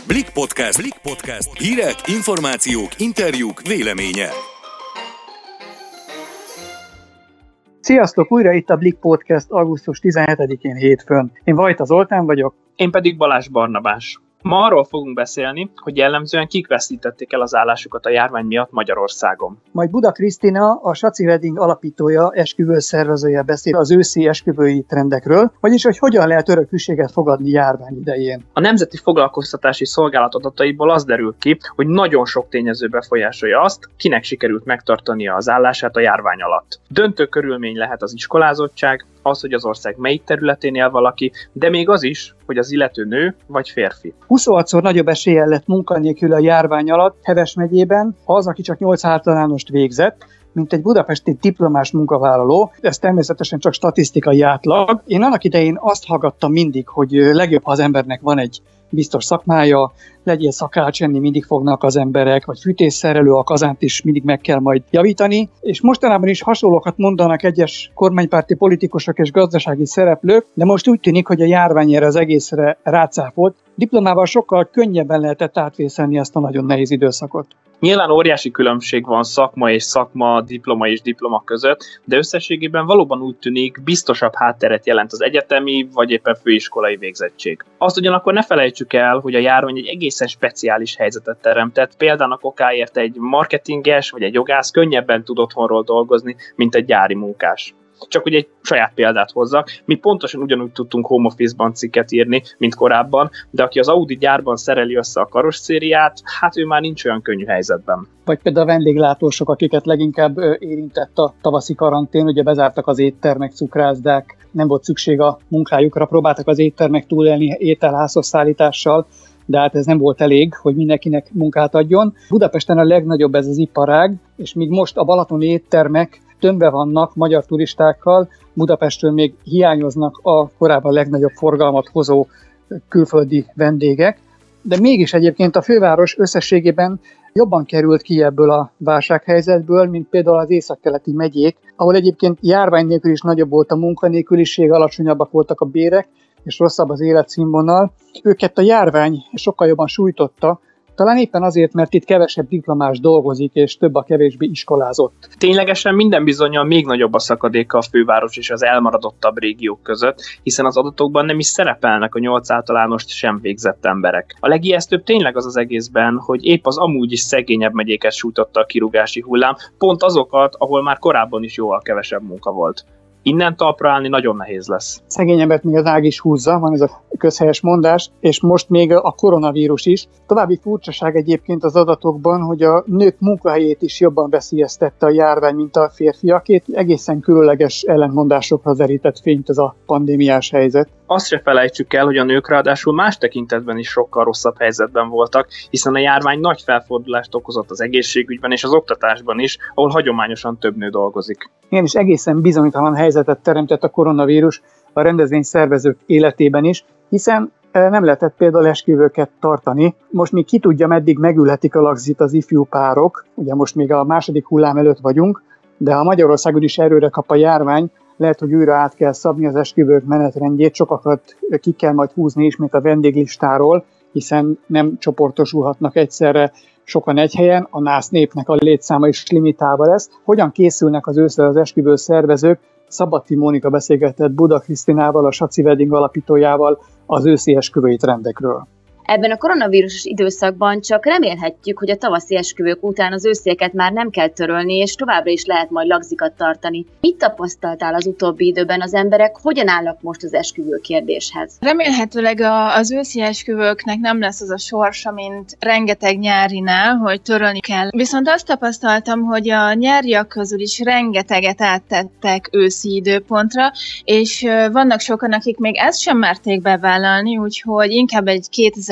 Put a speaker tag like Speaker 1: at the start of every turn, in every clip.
Speaker 1: Blik Podcast. Blik Podcast. Hírek, információk, interjúk, véleménye.
Speaker 2: Sziasztok! Újra itt a Blik Podcast augusztus 17-én hétfőn. Én Vajta Zoltán vagyok.
Speaker 3: Én pedig Balázs Barnabás. Ma arról fogunk beszélni, hogy jellemzően kik veszítették el az állásukat a járvány miatt Magyarországon.
Speaker 2: Majd Buda Krisztina, a Saci Wedding alapítója, esküvő szervezője beszél az őszi esküvői trendekről, vagyis hogy hogyan lehet örök hűséget fogadni járvány idején.
Speaker 3: A Nemzeti Foglalkoztatási Szolgálat adataiból az derül ki, hogy nagyon sok tényező befolyásolja azt, kinek sikerült megtartania az állását a járvány alatt. Döntő körülmény lehet az iskolázottság, az, hogy az ország melyik területén él valaki, de még az is, hogy az illető nő vagy férfi.
Speaker 2: 26-szor nagyobb eséllyel lett munkanélkül a járvány alatt Heves megyében az, aki csak 8 általánost végzett, mint egy budapesti diplomás munkavállaló. Ez természetesen csak statisztikai átlag. Én annak idején azt hallgattam mindig, hogy legjobb, ha az embernek van egy biztos szakmája, legyél szakács, enni mindig fognak az emberek, vagy fűtésszerelő, a kazánt is mindig meg kell majd javítani. És mostanában is hasonlókat mondanak egyes kormánypárti politikusok és gazdasági szereplők, de most úgy tűnik, hogy a járvány erre az egészre rácáfolt. Diplomával sokkal könnyebben lehetett átvészelni ezt a nagyon nehéz időszakot.
Speaker 3: Nyilván óriási különbség van szakma és szakma, diploma és diploma között, de összességében valóban úgy tűnik, biztosabb hátteret jelent az egyetemi vagy éppen főiskolai végzettség. Azt ugyanakkor ne felejtsük el, hogy a járvány egy egészen speciális helyzetet teremtett, például okáért egy marketinges vagy egy jogász könnyebben tud otthonról dolgozni, mint egy gyári munkás. Csak hogy egy saját példát hozzak, mi pontosan ugyanúgy tudtunk home office-ban cikket írni, mint korábban, de aki az Audi gyárban szereli össze a karosszériát, hát ő már nincs olyan könnyű helyzetben.
Speaker 2: Vagy például a vendéglátósok, akiket leginkább érintett a tavaszi karantén, ugye bezártak az éttermek, cukrászdák, nem volt szükség a munkájukra, próbáltak az éttermek túlélni ételházhoz szállítással, de hát ez nem volt elég, hogy mindenkinek munkát adjon. Budapesten a legnagyobb ez az iparág, és míg most a balatoni éttermek tömve vannak magyar turistákkal, Budapestről még hiányoznak a korábban legnagyobb forgalmat hozó külföldi vendégek, de mégis egyébként a főváros összességében jobban került ki ebből a válsághelyzetből, mint például az északkeleti megyék, ahol egyébként járvány nélkül is nagyobb volt a munkanélküliség, alacsonyabbak voltak a bérek, és rosszabb az életszínvonal. Őket a járvány sokkal jobban sújtotta, talán éppen azért, mert itt kevesebb diplomás dolgozik, és több a kevésbé iskolázott.
Speaker 3: Ténylegesen minden bizonnyal még nagyobb a szakadéka a főváros és az elmaradottabb régiók között, hiszen az adatokban nem is szerepelnek a 8 általánost sem végzett emberek. A legijesztőbb tényleg az egészben, hogy épp az amúgy is szegényebb megyéket sújtotta a kirúgási hullám, pont azokat, ahol már korábban is jóval kevesebb munka volt. Innen talpra állni nagyon nehéz lesz.
Speaker 2: Szegényebbet még az ág is húzza, van ez a közhelyes mondás, és most még a koronavírus is. További furcsaság egyébként az adatokban, hogy a nők munkahelyét is jobban veszélyeztette a járvány, mint a férfiakét. Egészen különleges ellentmondásokra derített fényt ez a pandémiás helyzet.
Speaker 3: Azt se felejtsük el, hogy a nők ráadásul más tekintetben is sokkal rosszabb helyzetben voltak, hiszen a járvány nagy felfordulást okozott az egészségügyben és az oktatásban is, ahol hagyományosan több nő dolgozik.
Speaker 2: Igen, és egészen bizonytalan helyzetet teremtett a koronavírus a rendezvényszervezők életében is, hiszen nem lehetett például esküvőket tartani. Most még ki tudja, meddig megülhetik a lagzit az ifjú párok, ugye most még a második hullám előtt vagyunk, de ha Magyarországon is erőre kap a járvány, lehet, hogy újra át kell szabni az esküvők menetrendjét, sokakat ki kell majd húzni ismét a vendéglistáról, hiszen nem csoportosulhatnak egyszerre sokan egy helyen, a nász népnek a létszáma is limitálva lesz. Hogyan készülnek az őszre az esküvő szervezők? Szabadti Mónika beszélgetett Buda Krisztinával, a Saci Wedding alapítójával az őszi esküvői trendekről.
Speaker 4: Ebben a koronavírusos időszakban csak remélhetjük, hogy a tavaszi esküvők után az őszieket már nem kell törölni, és továbbra is lehet majd lagzikat tartani. Mit tapasztaltál az utóbbi időben az emberek, hogyan állnak most az esküvő kérdéshez?
Speaker 5: Remélhetőleg az őszi esküvőknek nem lesz az a sorsa, mint rengeteg nyárinál, hogy törölni kell. Viszont azt tapasztaltam, hogy a nyáriak közül is rengeteget áttettek őszi időpontra, és vannak sokan, akik még ezt sem merték bevállalni, úgyhogy inkább egy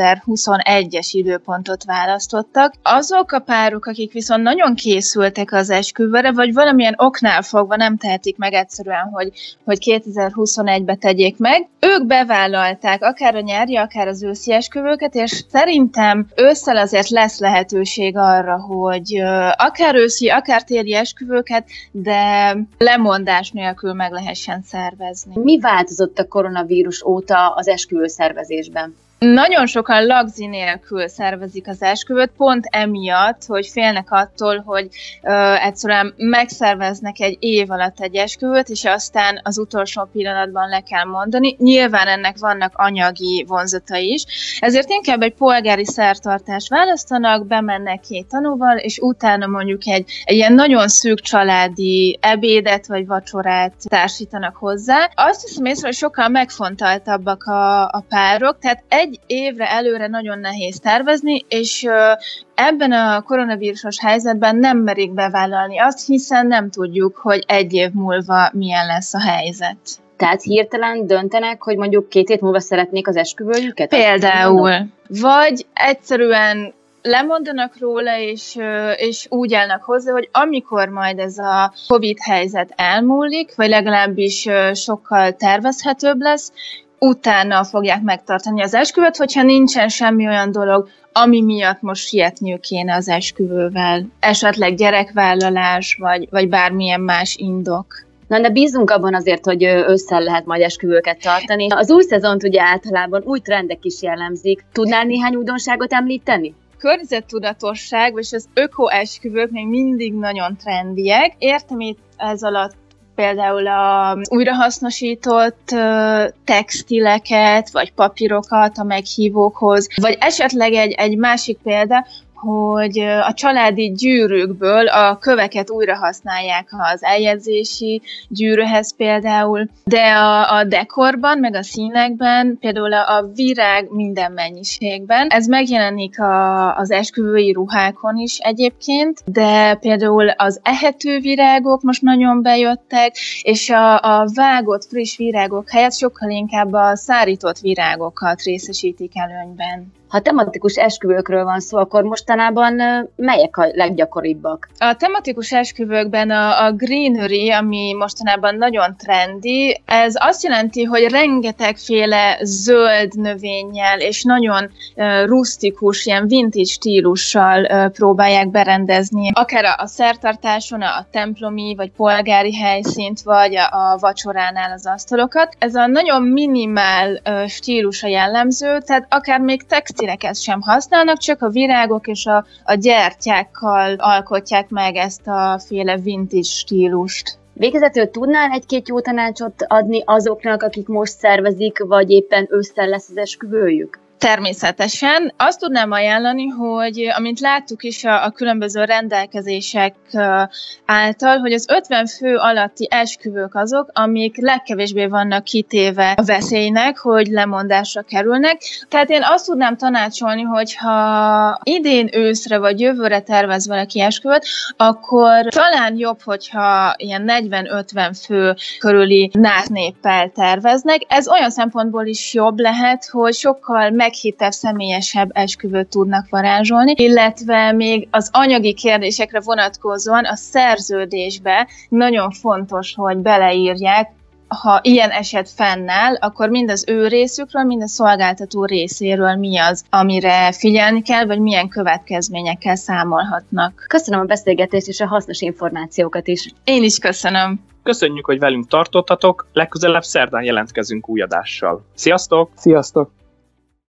Speaker 5: 2021-es időpontot választottak. Azok a párok, akik viszont nagyon készültek az esküvőre, vagy valamilyen oknál fogva nem tehetik meg egyszerűen, hogy 2021-be tegyék meg, ők bevállalták akár a nyári, akár az őszi esküvőket, és szerintem ősszel azért lesz lehetőség arra, hogy akár őszi, akár téli esküvőket, de lemondás nélkül meg lehessen szervezni.
Speaker 4: Mi változott a koronavírus óta az esküvő szervezésben?
Speaker 5: Nagyon sokan lagzi nélkül szervezik az esküvőt, pont emiatt, hogy félnek attól, hogy egyszerűen megszerveznek egy év alatt egy esküvőt, és aztán az utolsó pillanatban le kell mondani. Nyilván ennek vannak anyagi vonzatai is, ezért inkább egy polgári szertartást választanak, bemennek 2 tanúval, és utána mondjuk egy ilyen nagyon szűk családi ebédet vagy vacsorát társítanak hozzá. Azt hiszem észre, hogy sokkal megfontoltabbak a párok, tehát egy évre előre nagyon nehéz tervezni, és ebben a koronavírusos helyzetben nem merik bevállalni azt, hiszen nem tudjuk, hogy egy év múlva milyen lesz a helyzet.
Speaker 4: Tehát hirtelen döntenek, hogy mondjuk 2 hét múlva szeretnék az esküvőjüket?
Speaker 5: Például. Vagy egyszerűen lemondanak róla, és úgy állnak hozzá, hogy amikor majd ez a Covid helyzet elmúlik, vagy legalábbis sokkal tervezhetőbb lesz, utána fogják megtartani az esküvőt, hogyha nincsen semmi olyan dolog, ami miatt most sietniük kéne az esküvővel. Esetleg gyerekvállalás, vagy bármilyen más indok.
Speaker 4: Na, de bízunk abban azért, hogy ősszel lehet majd esküvőket tartani. Az új szezont ugye általában új trendek is jellemzik. Tudnál néhány újdonságot említeni?
Speaker 5: Környezettudatosság, és az öko-esküvők még mindig nagyon trendiek. Értem itt ez alatt például az újrahasznosított textileket, vagy papírokat a meghívókhoz, vagy esetleg egy másik példa, hogy a családi gyűrűkből a köveket újra használják az eljegyzési gyűrűhez például, de a dekorban, meg a színekben, például a virág minden mennyiségben. Ez megjelenik az esküvői ruhákon is egyébként, de például az ehető virágok most nagyon bejöttek, és a vágott friss virágok helyett sokkal inkább a szárított virágokat részesítik előnyben.
Speaker 4: Ha tematikus esküvőkről van szó, akkor mostanában melyek a leggyakoribbak?
Speaker 5: A tematikus esküvőkben a greenery, ami mostanában nagyon trendi, ez azt jelenti, hogy rengetegféle zöld növényel és nagyon rustikus, ilyen vintage stílussal próbálják berendezni, akár a szertartáson, a templomi vagy polgári helyszínt, vagy a vacsoránál az asztalokat. Ez a nagyon minimál stílus a jellemző, tehát akár még textileket sem használnak, csak a virágok és a gyertyákkal alkotják meg ezt a féle vintage stílust.
Speaker 4: Végezetül tudnál egy-két jó tanácsot adni azoknak, akik most szervezik, vagy éppen ősszel lesz az esküvőjük?
Speaker 5: Természetesen. Azt tudnám ajánlani, hogy amint láttuk is a különböző rendelkezések által, hogy az 50 fő alatti esküvők azok, amik legkevésbé vannak kitéve a veszélynek, hogy lemondásra kerülnek. Tehát én azt tudnám tanácsolni, hogy ha idén őszre vagy jövőre tervez valaki esküvőt, akkor talán jobb, hogyha ilyen 40-50 fő körüli nátnéppel terveznek. Ez olyan szempontból is jobb lehet, hogy sokkal meghittebb, személyesebb esküvőt tudnak varázsolni, illetve még az anyagi kérdésekre vonatkozóan a szerződésbe nagyon fontos, hogy beleírják, ha ilyen eset fennáll, akkor mind az ő részükről, mind a szolgáltató részéről mi az, amire figyelni kell, vagy milyen következményekkel számolhatnak.
Speaker 4: Köszönöm a beszélgetést és a hasznos információkat is.
Speaker 5: Én is köszönöm.
Speaker 3: Köszönjük, hogy velünk tartottatok, legközelebb szerdán jelentkezünk új adással. Sziasztok!
Speaker 2: Sziasztok!